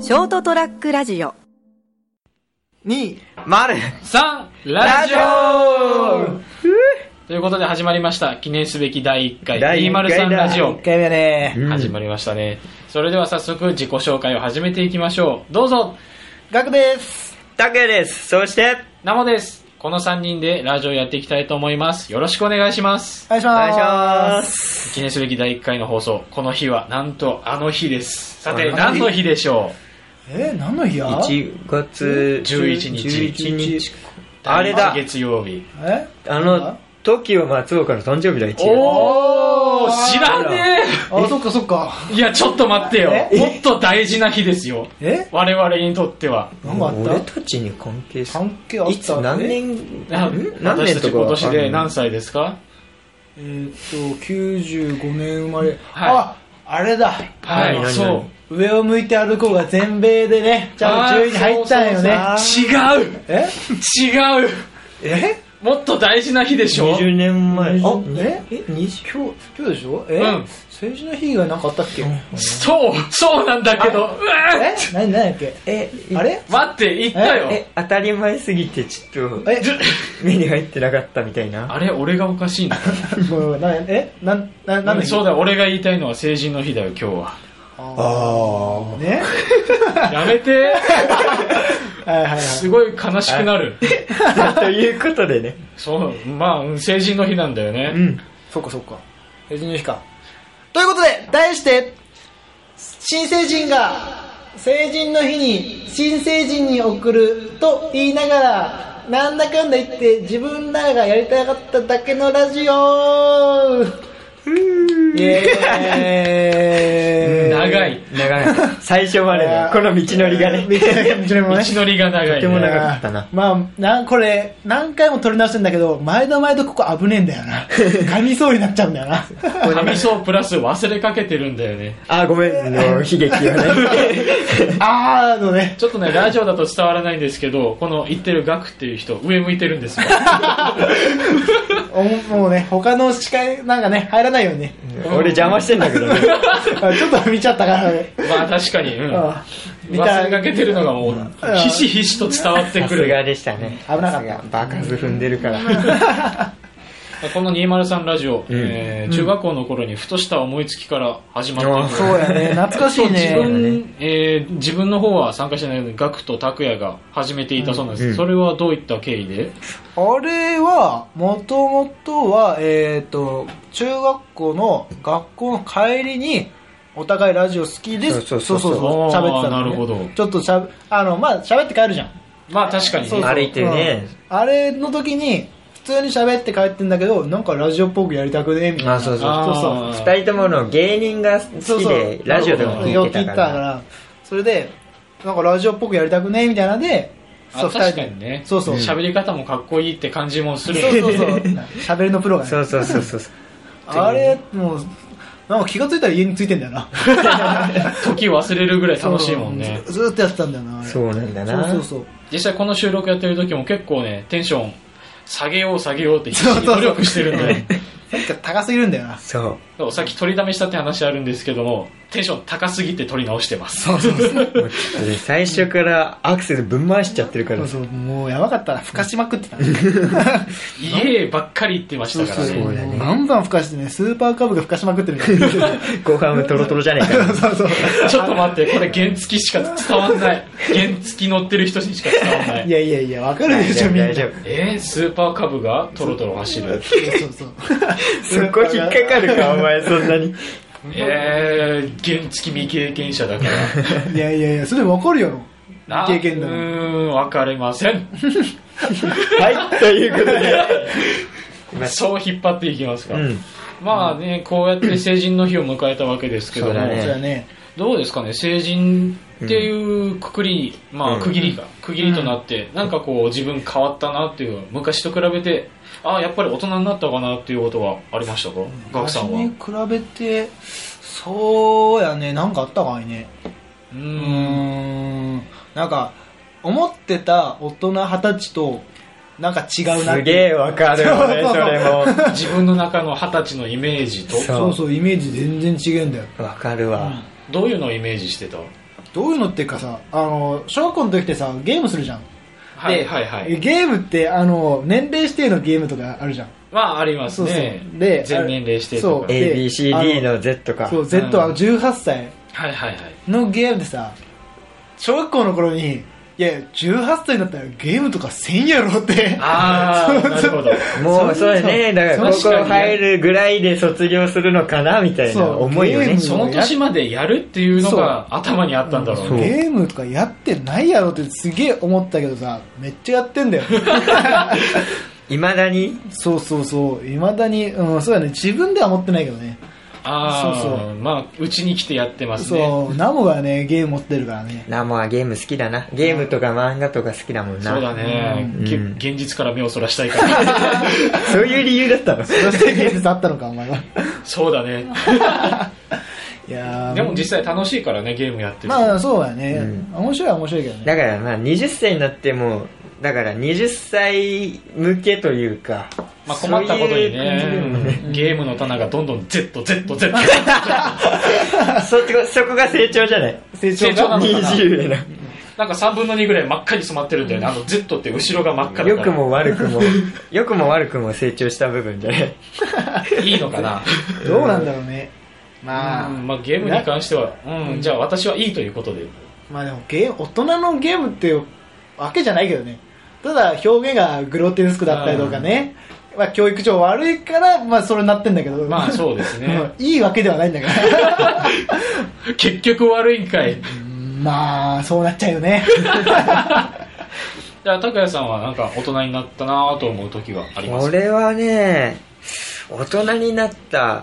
ショートトラックラジオ 203 ラジオということで始まりました。記念すべき第1回203ラジオ 1回目ね、 始まりましたね。それでは早速自己紹介を始めていきましょう。どうぞ。 ガクです。 タケです。そしてナモです。この3人でラジオをやっていきたいと思います。よろしくお願いします。 お願いしお願いしま。 ますす。 記念すべき第1回の放送、この日はなんとあの日です。さて何の日でしょ何の日や 1月 11日 11日。 う。 あれだ第一月曜日。 TOKIO 松岡の誕生日だ、1月。 おー、知らねあ、そっかそっか。 え。いやちょっと待ってよ。もっと大事な日ですよ。我々にとっては。 何かあった俺たちに関係する。 関係あったいつ何年何私たち今年とか年で何歳ですか 95年生まれ。 はあれだ。 はい、 何そう。 上を向いて歩こうが全米でね、ちゃんと10位に入ったんよね。 違うえ違うえもっと大事な日でしょ。 20年前。 今日でしょ政治の日が何かあったっけそうなんだけど。 何だっけあれ待って、言ったよ。 当たり前すぎてちょっと目に入ってなかったみたいな。 あれ、俺がおかしいんだ。 なんそうだ、俺が言いたいのは成人の日だよ、今日は。 ねやめて。 はいはいはい。 すごい悲しくなる。 ということでね。 そう、まあ、成人の日なんだよね。 そっかそっか。成人の日か。ということで、題して、新成人が成人の日に新成人に送ると言いながら、なんだかんだ言って自分らがやりたかっただけのラジオイエーイ長い。 最初までのこの道のりがね。 道のりが長いね。 とても長かったな。 まあ、これ、何回も撮り直してんだけど、毎度ここ危ねえんだよな。噛みそうになっちゃうんだよな。 噛みそうプラス忘れかけてるんだよね。 ごめん、悲劇よね。 ね。 ちょっとね、ラジオだと伝わらないんですけど、この言ってるガクっていう人、上向いてるんですよ。 もうね、他の視界なんかね、入らないようにね。 俺邪魔してんだけどね。 ちょっと見ちゃったからね。 まあ確かに、忘れかけてるのがもう、ひしひしと伝わってくる。 さすがでしたね。 危なかった。 バカ数踏んでるから。 この203ラジオ、中学校の頃にふとした思いつきから始まっている。 そうやね、懐かしいね。 自分の方は参加してないので、ガクと拓也が始めていたそうなんです。それはどういった経緯で？ あれは、もともとは、中学校の学校の帰りに、お互いラジオ好きです。そう喋ってたのね。 なるほど。 ちょっと喋って帰るじゃん。 まあ確かにね。 歩いてるね。 あれの時に、普通に喋って帰ってんだけど、なんかラジオっぽくやりたくねみたいな。 そう。二人ともの芸人が好きで、ラジオでも聞いてたから。 それで、なんかラジオっぽくやりたくねみたいなので、 確かにね。喋り方もかっこいいって感じもする。 喋りのプロがね。 そう。 あれ、もう、なんか気がついたら家についてんだよな。 時忘れるぐらい楽しいもんね。 ずーっとやってたんだよな。 そうなんだな。 そう。 実際この収録やってる時も結構ね、テンション下げようって必死に努力してるんで。 なんか高すぎるんだよな。 そう。 さっき取りだめしたって話あるんですけども、テンション高すぎて取り直してます。 最初からアクセルぶん回しちゃってるから。 もうやばかったな。吹かしまくってた。 家ばっかり行ってましたからね。 バンバン吹かしてね、スーパーカブが吹かしまくってる。 後半はトロトロじゃねえか。 ちょっと待って、これ原付しか伝わんない。原付乗ってる人にしか伝わんない。 いや、わかるでしょ、みんな。 スーパーカブがトロトロ走る。 そう。 そこ引っかかるか、お前そんなに。 原付未経験者だから。 いや、それわかるよ。未経験だ。 わかりません。 はい、ということで。 そう引っ張っていきますか。まあね、こうやって成人の日を迎えたわけですけども、どうですかね、成人っていうくくり、区切りとなって、なんかこう自分変わったなっていう、昔と比べて、やっぱり大人になったかなっていうことはありましたか、ガクさんは。 昔に比べて、そうやね、なんかあったかいね。なんか、思ってた大人20歳と、なんか違うなって。 すげえわかるよね、それも。 自分の中の20歳のイメージと。 そう、イメージ全然違うんだよ。 わかるわ。 どういうのをイメージしてた？ どういうのっていうかさ、小学校の時ってさゲームするじゃん。 はいはいはい。 ゲームって年齢指定のゲームとかあるじゃん。 まあありますね。 そうで全年齢指定とか。 ABCD の Z か。 そう Z は18歳はいはいはい。 のゲームでさ、小学校の頃にいや18歳だったらゲームとかせんやろって。 ああ、なるほど。 もうそうだね。だから高校入るぐらいで卒業するのかなみたいな思いよね。 その年までやるっていうのが頭にあったんだろうね。 ゲームとかやってないやろってすげえ思ったけどさ、めっちゃやってんだよ。 いまだに。 そうそうそう、いまだに、そうだね、自分では持ってないけどね。 ああ、そうそう、まあうちに来てやってますね。 そう、ナモがねゲーム持ってるからね。 ナモはゲーム好きだな。ゲームとか漫画とか好きだもんな。 そうだね、現実から目をそらしたいから。 そういう理由だったの。 そして現実あったのかお前は。 そうだね。 いやでも実際楽しいからね、ゲームやってる。 まあそうだね、面白いは面白いけどね。 だからまあ20歳になっても、だから20歳向けというか、 まあ、困ったことにね、ゲームの棚がどんどん Z そこが成長じゃない。 成長なのかな。 20 な。なんか3分の2ぐらい真っ赤に染まってるんだよね。Z って後ろが真っ赤だから。 良くも悪くも成長した部分じゃない。 いいのかな。 どうなんだろうね。まあゲームに関しては、じゃあ私はいいということで。 まあでも大人のゲームってわけじゃないけどね。ただ表現がグロテスクだったりとかね、まあ、教育上悪いから、まあ、それになってんだけど、 まあそうですね。 いいわけではないんだから。 結局悪いんかい。 まあそうなっちゃうよね。 じゃあ拓也さんはなんか大人になったなと思う時はありますか？ 俺はね、大人になった、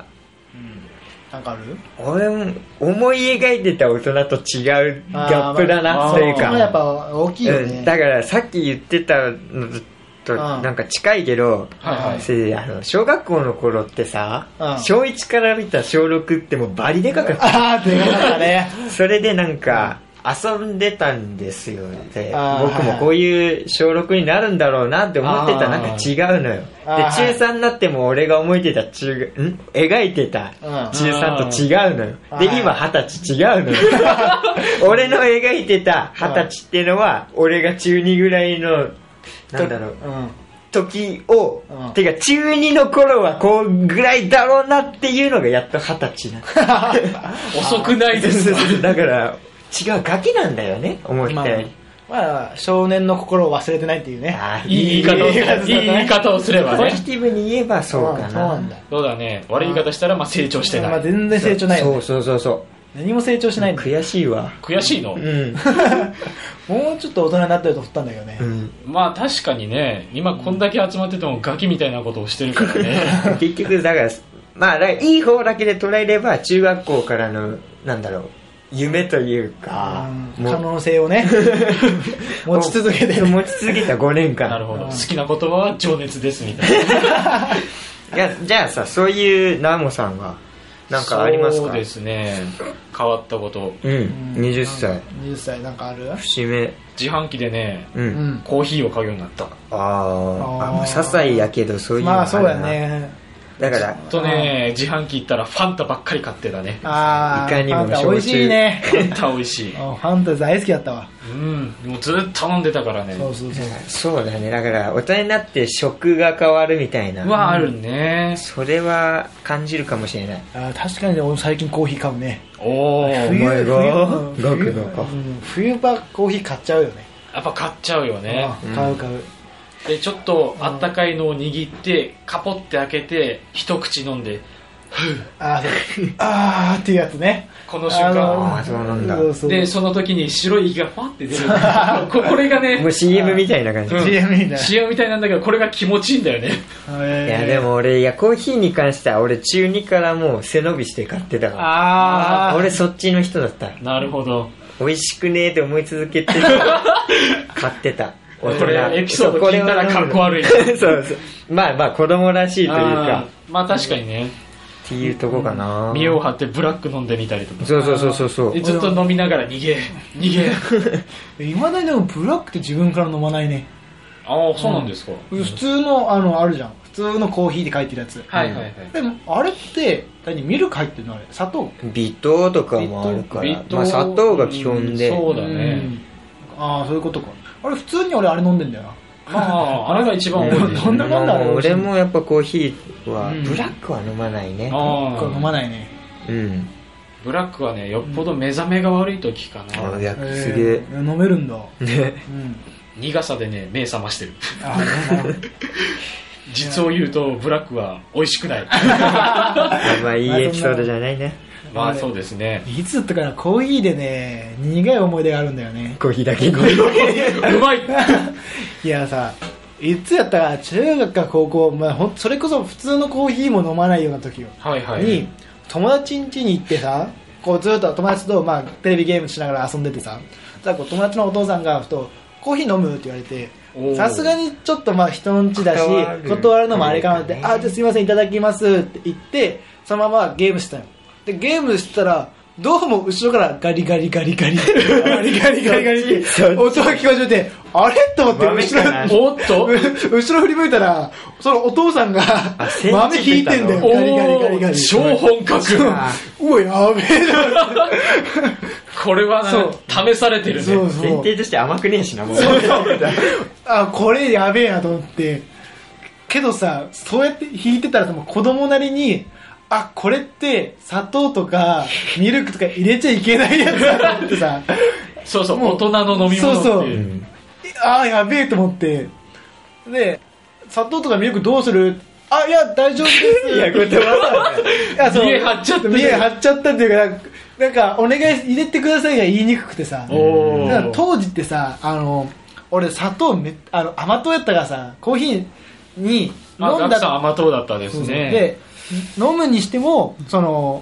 なんかある？ 俺も思い描いてた大人と違うギャップだな、それか。 やっぱ大きいよね。 だからさっき言ってたのとなんか近いけど、小学校の頃ってさ、小1から見た小6ってもうバリでかかった。 ああ、でかかったね。 それでなんか遊んでたんですよ。で、僕もこういう小6になるんだろうなって思ってた。なんか違うのよ。で、中3になっても俺が描いてた中3と違うのよ。で、今20歳違うのよ。俺の描いてた20歳ってのは、俺が中2ぐらいの、なんだろう、時を、てか中2の頃はこうぐらいだろうなっていうのがやっと20歳な。 遅くないですか？ だから、違うガキなんだよね、思ったより。 まあ、少年の心を忘れてないっていうね。 いい言い方をすればね。 ポジティブに言えばそうかな。 そうだね。悪い言い方したらまあ成長してない。 まあ全然成長ないよね。 そう。 何も成長しないんだ。 悔しいわ。 悔しいの？ うん。 もうちょっと大人になったらと思ったんだけどね。 まあ確かにね、今こんだけ集まっててもガキみたいなことをしてるからね。 結局だからまあいい方だけで捉えれば中学校からのなんだろう。夢というか、 可能性をね持ち続けた 5年間。 なるほど。好きな言葉は情熱ですみたいな。じゃあさ、そういうナモさんはなんかありますか？ そうですね、変わったこと。 20 歳なんかある？ 節目。 自販機でね、コーヒーを買うようになった。 些細やけどそういうのまあそうやね。 だから自販機行ったらファンタばっかり買ってたね。 いかにも美味しいね。 ファンタ美味しい。 ファンタ大好きだったわ。 もうずっと飲んでたからね。 そうだね。だから大人になって食が変わるみたいな。 あるね。 それは感じるかもしれない。 確かにね、俺最近コーヒー買うね。 お前が冬場コーヒー買っちゃうよね。 やっぱ買っちゃうよね。 買う。 でちょっとあったかいのを握ってカポって開けて一口飲んであーっていうやつね。 この瞬間。 そうなんだ。 でその時に白い息がファって出る。これがね、 もう CM みたいな感じ。 CM みたいなんだけど、これが気持ちいいんだよね。 いやでも俺コーヒーに関しては俺中2からもう背伸びして買ってたから。俺そっちの人だった。 なるほど。 美味しくねーって思い続けて買ってた。 これエピソード聞いたらかっこ悪い。 そうまあ子供らしいというか。 まあ確かにね。 っていうとこかな。 見栄を張ってブラック飲んでみたりとか。 そうずっと飲みながら逃げいまだにでもブラックって自分から飲まないね。 そうなんですか。 普通のあるじゃん。普通のコーヒーって書いてるやつ。 はいはいはい。 でもあれってミルク入ってるのあれ？砂糖？ 微糖とかもあるから、まあ砂糖が基本で。 そうだね。 ああ、そういうことか。あれ普通に俺あれ飲んでんだよな。 まあ、あれが一番多いです。 飲んだもんだろ。 俺もやっぱコーヒーは、ブラックは飲まないね。 飲まないね。 うん。 ブラックはね、よっぽど目覚めが悪い時かな。 いや、すげえ。 飲めるんだ。 ね。 苦さでね、目覚ましてる。実を言うと、ブラックは美味しくない。 まあ、いいエピソードじゃないね。 まあ、そうですね。 いつだったかな、コーヒーでね、苦い思い出があるんだよね。 コーヒーだけに。 うまいいやさ、いつやったか、中学か高校、まあ、それこそ普通のコーヒーも飲まないような時よ。 はいはい。 に、友達ん家に行ってさ、こうずっと友達と、まあ、テレビゲームしながら遊んでてさ、こう友達のお父さんがふと、コーヒー飲むって言われて、さすがにちょっとまあ人の家だし、断るのもあれかなって、あ、じゃあすいませんいただきますって言って、そのままゲームしてたよ。で、ゲームしてたら、どうも後ろからガリガリガリガリガリガリガリガリって音が聞こえてて、あれと思って後ろ振り向いたら、そのお父さんが豆引いてんだよ。ガリガリガリガリ。 超本格。 うわ、やべえな。 これは試されてるね。 前提として甘くねえしな、もう。 あ、これやべえなと思って。けどさ、そうやって引いてたら子供なりに、あ、これって砂糖とかミルクとか入れちゃいけないやつだと思ってさ。 そうそう、大人の飲み物っていう。そうそう。 あ、やべえと思って。で、砂糖とかミルクどうする？あ、いや、大丈夫です。 いや、これ見え張っちゃった。 見え張っちゃったっていうか、なんか、お願い入れてくださいが言いにくくてさ。当時ってさ、俺砂糖甘党やったからさ、コーヒーに飲んだら甘党だったですね。 で、飲むにしても、インス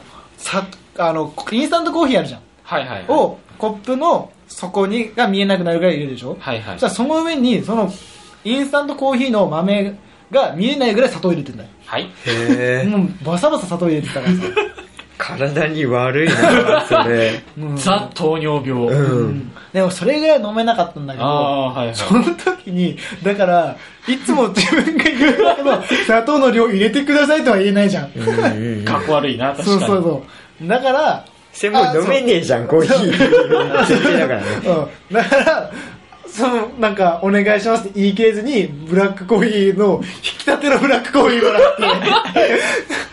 タントコーヒーあるじゃん。 はいはい。 を、コップの底が見えなくなるぐらい入れるでしょ。 はいはい。 じゃあその上に、インスタントコーヒーの豆が見えないぐらい砂糖入れてんだよ。 はい。 へー。もうバサバサ砂糖入れてたからさ。 体に悪いな、それ。 ザ糖尿病。 でもそれぐらい飲めなかったんだけど、 はいはい、 その時に、だから、いつも自分が言うけど、砂糖の量入れてくださいとは言えないじゃん。 かっこ悪いな、確かに。 そうそう。だから、 それもう飲めねえじゃん、コーヒー。絶対だからね。 だから、なんか、お願いしますって言い切れずに、ブラックコーヒーの、引き立てのブラックコーヒーもらって。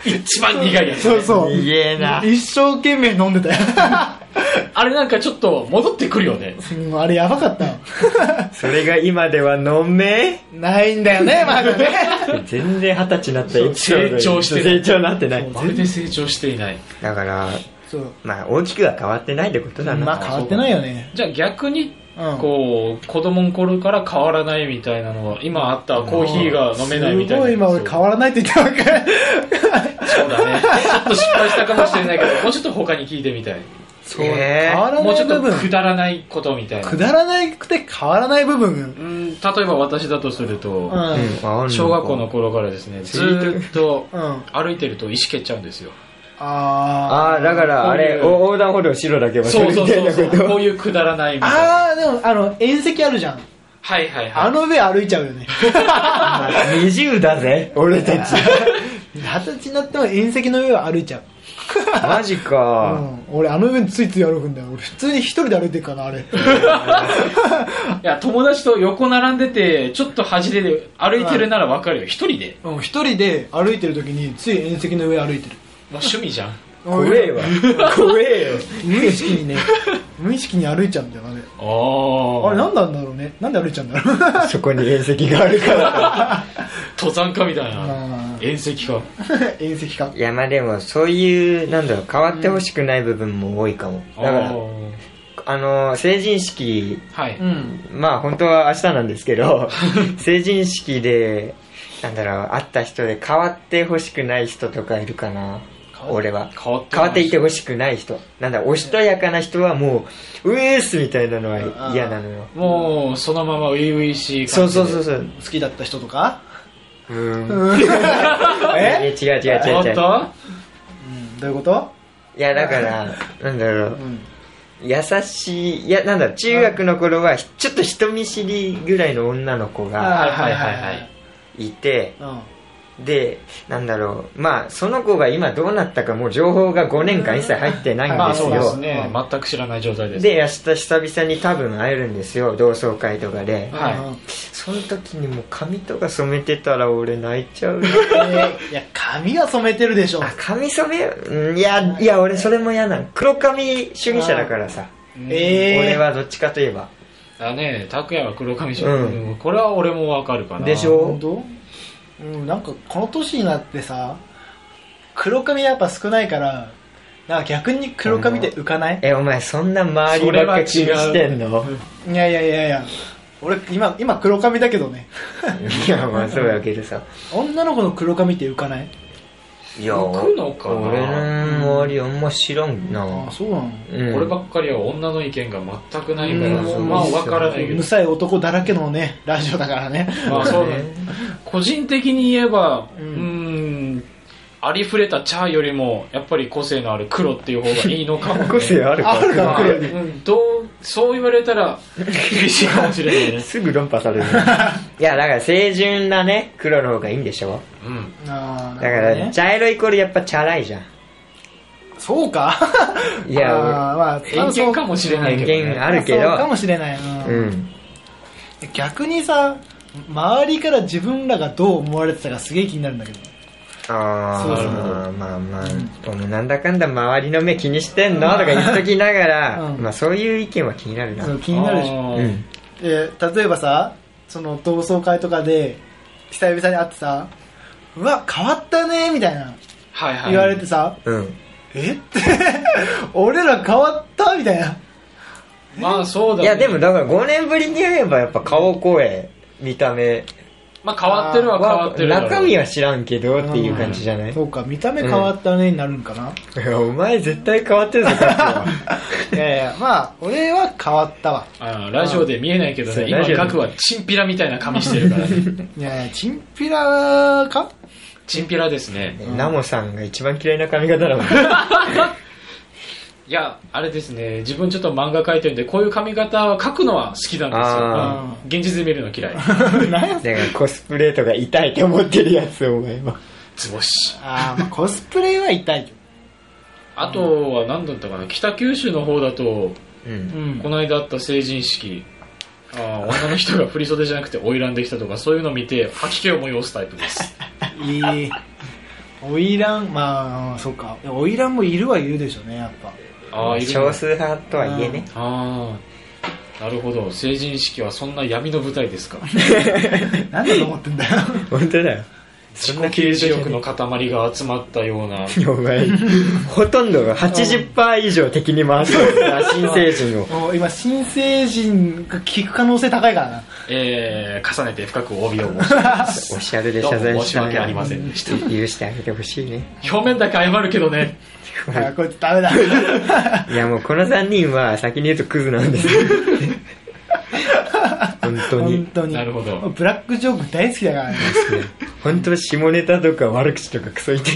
一番苦いやつ。 そうそう。 苦えな。 一生懸命飲んでたよ。 あれなんかちょっと戻ってくるよね。 あれやばかった。 それが今では飲めないんだよね、まだね。 全然20歳になったエピソード成長して成長なってない。 まるで成長していない。 だから、まあ大きくは変わってないってことだな。 まあ変わってないよね。 じゃあ逆に、こう子供の頃から変わらないみたいなのは今あったコーヒーが飲めないみたいな。 すごい今俺変わらないって言ったわけ。 そうだね。ちょっと失敗したかもしれないけど、もうちょっと他に聞いてみたい。 そう、変わらない部分。 もうちょっとくだらないことみたいな。 くだらないくて変わらない部分。 例えば私だとすると、小学校の頃からですね、ずーっと歩いてると石蹴っちゃうんですよ。 ああ、だからあれ横断歩道白だけはそうそうそう。こういうくだらないみたいな。 ああ、でも縁石あるじゃん。 はいはいはい。 あの上歩いちゃうよね。 20だぜ、俺たち。 20歳になっても縁石の上は歩いちゃう。 マジか。 俺あの上についつい歩くんだよ。俺普通に一人で歩いてるかな、あれ。いや、友達と横並んでて、ちょっと端で歩いてるならわかるよ。一人で。 一人で歩いてる時につい縁石の上歩いてる。 もう趣味じゃん。 怖えわ。怖えよ。 無意識に歩いちゃうんだよ、あれ。あれ何なんだろうね。なんで歩いちゃうんだろう。 そこに縁石があるから。 登山家みたいな。縁石か。 縁石か。 いや、まあでもそういう、なんだろう、変わってほしくない部分も多いかも。だから、成人式、まあ本当は明日なんですけど、成人式で、なんだろう、会った人で変わってほしくない人とかいるかな。俺は変わっていてほしくない人、なんだ、おしとやかな人はもうウェースみたいなのは嫌なのよ。 もうそのまま初々しい感じで。そう好きだった人とか。 違う。どういうこといや、だからなんだろう、優しい、いや、なんだろう、中学の頃はちょっと人見知りぐらいの女の子がいて、 で、なんだろう、まあその子が今どうなったかもう情報が5年間一切入ってないんですよ。 そうですね、全く知らない状態です。 で、明日久々に多分会えるんですよ、同窓会とかで。 はい。 その時にもう髪とか染めてたら俺泣いちゃう。 いや、髪は染めてるでしょ。 髪染め、いや俺それも嫌なの。黒髪主義者だからさ。俺はどっちかといえば。 だね、拓也は黒髪主義、これは俺もわかるかな。 でしょ。 本当？なんかこの年になってさ、黒髪やっぱ少ないからなんか逆に黒髪って浮かない？ お前そんな周りばっか気にしてんの？ いや俺今黒髪だけどね。 いやまあそうやけどさ、 女の子の黒髪って浮かない？ いや浮くのかな。 俺の周りあんま知らんな。 あ、そうなの？ こればっかりは女の意見が全くないからまあ分からないけど、 うるさい男だらけのねラジオだからね。 まあそうね。個人的に言えばありふれた茶よりもやっぱり個性のある黒っていう方がいいのかも、ね、 個性あるか黒に、 そう言われたら厳しいかもしれないね。 すぐ論破される。いやだから清純なね黒の方がいいんでしょ。だから茶色イコールやっぱチャラいじゃん。 そうか。 いやまあ偏見かもしれないけど、ね、 偏見あるけど、 そうかもしれない。逆にさ、周りから自分らがどう思われてたかすげえ気になるんだけど。 まあ、なんだかんだ周りの目気にしてんのとか言っときながら、まあそういう意見は気になるな。 そう気になるでしょ。例えばさ、その同窓会とかで久々に会ってさ、うわ変わったねみたいな言われてさ、えって俺ら変わったみたいな。 まあそうだね。 いやでもだから5年ぶりに会えばやっぱ顔声見た目まあ変わってるは変わってるだろう。 中身は知らんけどっていう感じじゃない？ そうか、見た目変わったねになるんかな。 お前絶対変わってるぞ。 いやまあ俺は変わったわ。 ラジオで見えないけどね、今ガクはチンピラみたいな髪してるからね。 いやチンピラか？ チンピラですね。 ナモさんが一番嫌いな髪型だもん。 いや、あれですね、自分ちょっと漫画描いてるんで、こういう髪型は描くのは好きなんですよ。現実で見るの嫌い。だからコスプレとか痛いって思ってるやつお前は。 図星。 まあコスプレは痛い。 あとは何だったかな、北九州の方だと、この間あった成人式、女の人が振り袖じゃなくて花魁できたとか、そういうのを見て吐き気を催すタイプです。 花魁、まあそうか、花魁もいるはいるでしょうね、やっぱ。 少数派とはいえね。 なるほど。成人式はそんな闇の舞台ですか。 何だと思ってんだよ。 本当だよ。 自己啓示欲の塊が集まったような。 お前ほとんどが 80% 以上敵に回す新成人を。 今新成人が聞く可能性高いからな。 重ねて深くお詫びを申し上げます。 おしゃれで謝罪した。 申し訳ありませんでした。 許してあげてほしいね。 表面だけ謝るけどね。 こいつダメだ。 いやもうこの3人は先に言うとクズなんですよ。本当に。 なるほど。 ブラックジョーク大好きだからね。 本当下ネタとか悪口とかクソ言ってる。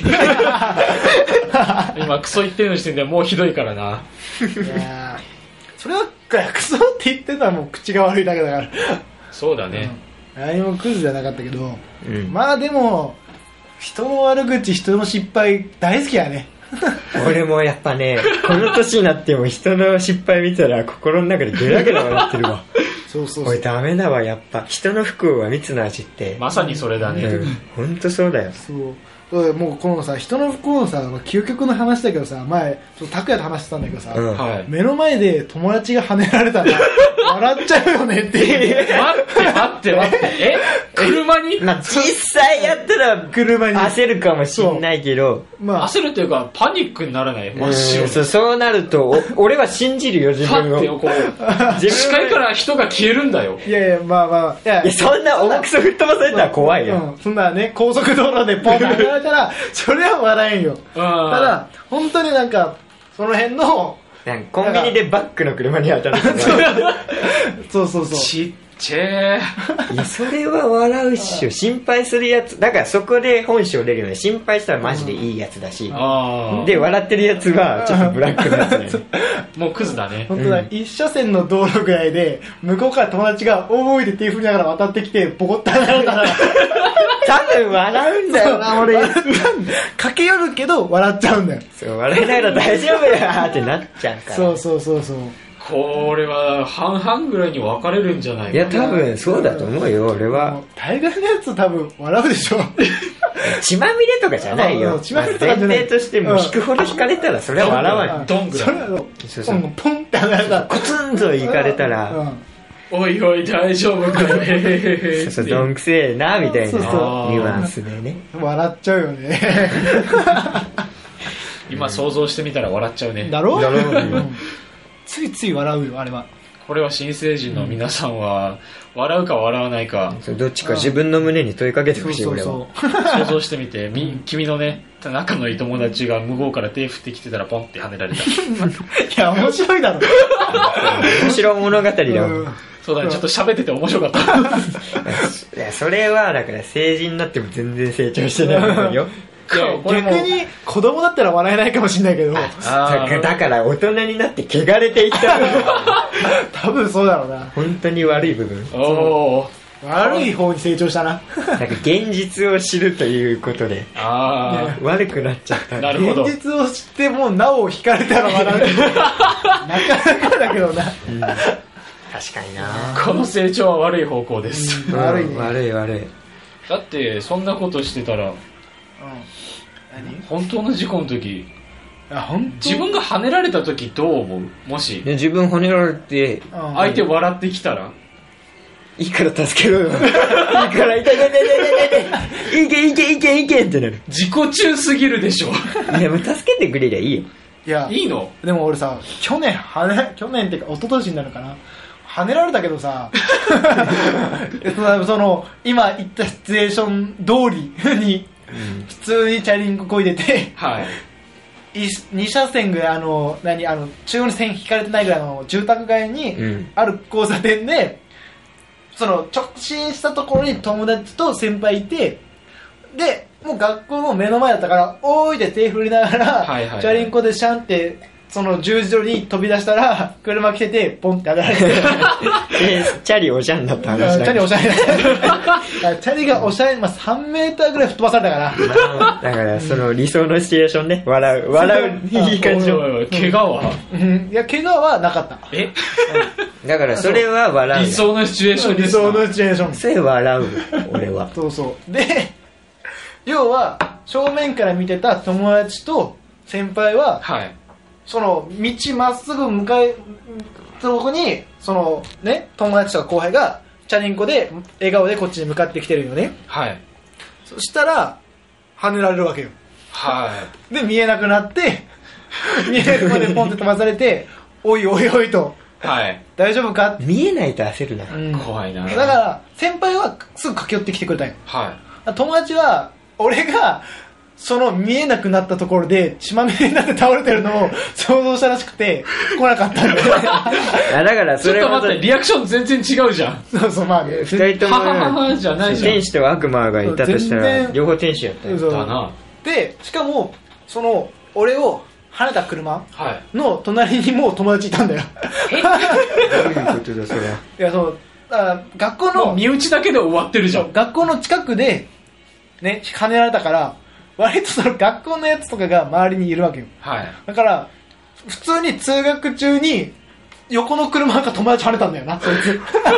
今クソ言ってるの時点でもうひどいからな。 いやそれはクソって言ってるのはもう口が悪いだけだから。 そうだね。 何もクズじゃなかったけど、まあでも人の悪口人の失敗大好きやね。 俺もやっぱね、この年になっても人の失敗見たら心の中でゲラゲラ笑ってるわ。 そう俺ダメだわ、やっぱ人の不幸は蜜の味って。 まさにそれだね。 本当そうだよ。 もうこのさ、人の不幸のさ、究極の話だけどさ、前拓也と話してたんだけどさ、目の前で友達が跳ねられたら笑っちゃうよねっていう。 待って車に、 まあ、実際やったら車に焦るかもしんないけど、 焦るっていうかパニックにならない。 そうなると俺は信じるよ、自分を。 視界から人が消えるんだよ。 いやまあいやそんな重くそ吹っ飛ばされたら怖いよ。 そんなね、高速道路でポンと跳ねられたらそれは笑えんよ。ただ本当になんかその辺のコンビニでバックの車に当たるとか。 そうちっちゃいやそれは笑うっしょ。心配するやつだから、そこで本性出るよね。心配したらマジでいいやつだし、で笑ってるやつはちょっとブラックなやつだよね。 もうクズだね。 本当だ、一車線の道路ぐらいで向こうから友達が大声で手振りながら渡ってきてボコッと離れたら多分笑うんだよな、俺。 駆け寄るけど笑っちゃうんだよ。 そう、笑いながら大丈夫やってなっちゃうから。 そうそうそうそう。 これは半々ぐらいに分かれるんじゃないか。 いや、多分そうだと思うよ、俺は。 大概のやつ多分笑うでしょ。 血まみれとかじゃないよ。 血まみれとかじゃない。 前提としても引くほど引かれたらそれは笑わない。 ドンぐらい。 そうそう。ポンって離れたら。 コツンと引かれたら、 おいおい大丈夫かね。 そうそう、どんくせえな、みたいなニュアンスでね。 笑っちゃうよね。 今想像してみたら笑っちゃうね。 だろ？ついつい笑うよ、あれは。 これは新成人の皆さんは笑うか笑わないか、 どっちか自分の胸に問いかけてほしい。俺は想像してみて、君のね仲のいい友達が向こうから手振ってきてたらポンって跳ねられた。いや面白いだろ。 面白い物語だもん。 そうだね、ちょっと喋ってて面白かった。 いや、それはだから成人になっても全然成長してないよ。 逆に子供だったら笑えないかもしれないけど、 だから大人になって汚れていった多分そうだろうな。 本当に悪い部分。 悪い方に成長したな。 なんか現実を知るということで悪くなっちゃった。 なるほど。 現実を知ってもなお惹かれたら笑う。なかなかだけどな。 確かにな。 この成長は悪い方向です。 悪いね。 悪い。 だってそんなことしてたら、本当の事故の時、自分が跳ねられた時どう思う？もし自分跳ねられて相手笑ってきたら、 いいから助けろよ。いいから痛いけってなる。 自己中すぎるでしょ。 いや、もう助けてくれりゃいいよ。 いや、いいの？でも俺さ、去年っていうか一昨年になるかな、跳ねられたけどさ、その今言ったシチュエーション通りに普通にチャリンコこいでて、2車線ぐらい中央に線引かれてないぐらいの住宅街にある交差点で、その直進したところに友達と先輩いて、でもう学校の目の前だったからおーいで手振りながら、チャリンコでシャンってその十字路に飛び出したら車来ててポンって上がられてチャリおしゃれだった話だ。 チャリおしゃれだったチャリがおしゃれ、3メーターぐらい吹っ飛ばされたからだからその理想のシチュエーションね、笑ういい感じの。 怪我は？ いや、怪我はなかった。 だからそれは笑う。 理想のシチュエーションです。 理想のシチュエーション。 それ笑う俺は。 そうで、要は正面から見てた友達と先輩は、その道まっすぐ向かいそこにそのね、友達とか後輩がチャリンコで笑顔でこっちに向かってきてるよね。そしたら跳ねられるわけよ。で見えなくなって見えないところでポンって飛ばされておいおいおいと、大丈夫か？ 見えないと焦るな、 怖いな。 だから先輩はすぐ駆け寄ってきてくれたんよ。友達は俺がその見えなくなったところで血まみれになって倒れてるのを想像したらしくて来なかったんだよね。 だからそれはちょっと待って、リアクション全然違うじゃん。 そうまあね、 2人ともじゃないじゃん。 天使と悪魔がいたとしたら両方天使やったよ。 だな。 でしかもその俺を跳ねた車の隣にもう友達いたんだよ。 どういうことだそれ。いや、そう学校の身内だけで終わってるじゃん。 学校の近くでね跳ねられたから割とその学校のやつとかが周りにいるわけよ。だから普通に通学中に横の車が友達跳ねたんだよな、そいつ。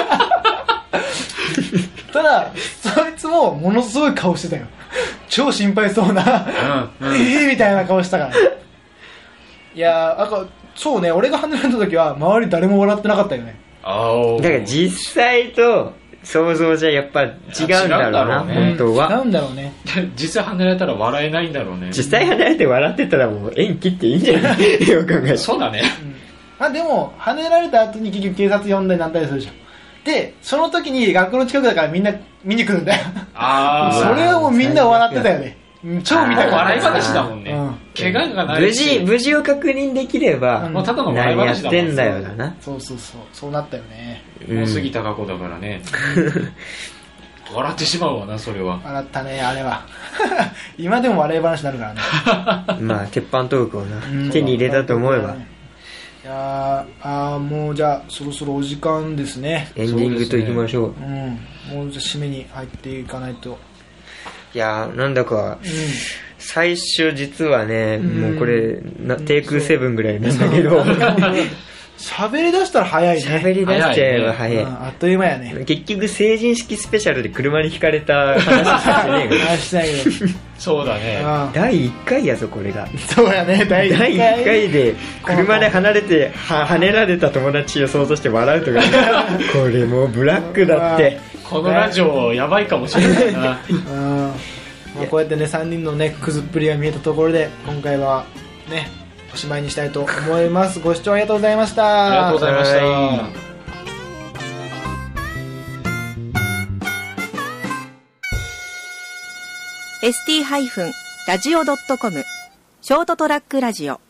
ただそいつもものすごい顔してたよ。超心配そうなみたいな顔したから。いやそうね、俺が跳ねられた時は周り誰も笑ってなかったよね。 だから実際と想像じゃやっぱ違うんだろうな、本当は。 違うんだろうね。 実際跳ねられたら笑えないんだろうね。 実際跳ねられて笑ってたらもう縁切っていいんじゃないよく考えて。 そうだね。 でも跳ねられた後に結局警察呼んだりなんだりするじゃん。でその時に学校の近くだからみんな見に来るんだよ。それはもうみんな笑ってたよね。超見たから笑い話だもんね。怪我がないし無事を確認できればただの笑い話だもん。 何やってんだよだな。 そうなったよね。 もう過ぎた過去だからね。笑ってしまうわな、それは。 笑ったね、あれは。今でも笑い話になるからね。 まあ鉄板トークをな手に入れたと思えば。 いやもうじゃあそろそろお時間ですね。 エンディングといきましょう。 もうじゃあ締めに入っていかないと。 いやなんだか、最初実はね、もうこれテイク7ぐらいなんだけど喋り出したら早いね。 喋り出しちゃえば早い。 あっという間やね。 結局成人式スペシャルで車にひかれた話してねえけど。 そうだね。 第1回やぞこれが。 そうやね。第1 回で車で離れて跳ねられた友達を想像して笑うとかこれもうブラックだって。 このラジオやばいかもしれないな。 まあこうやってね3人のねクズっぷりが見えたところで今回はねおしまいにしたいと思います。ご視聴ありがとうございました。 ありがとうございました。 ST-radio.com ショートトラックラジオ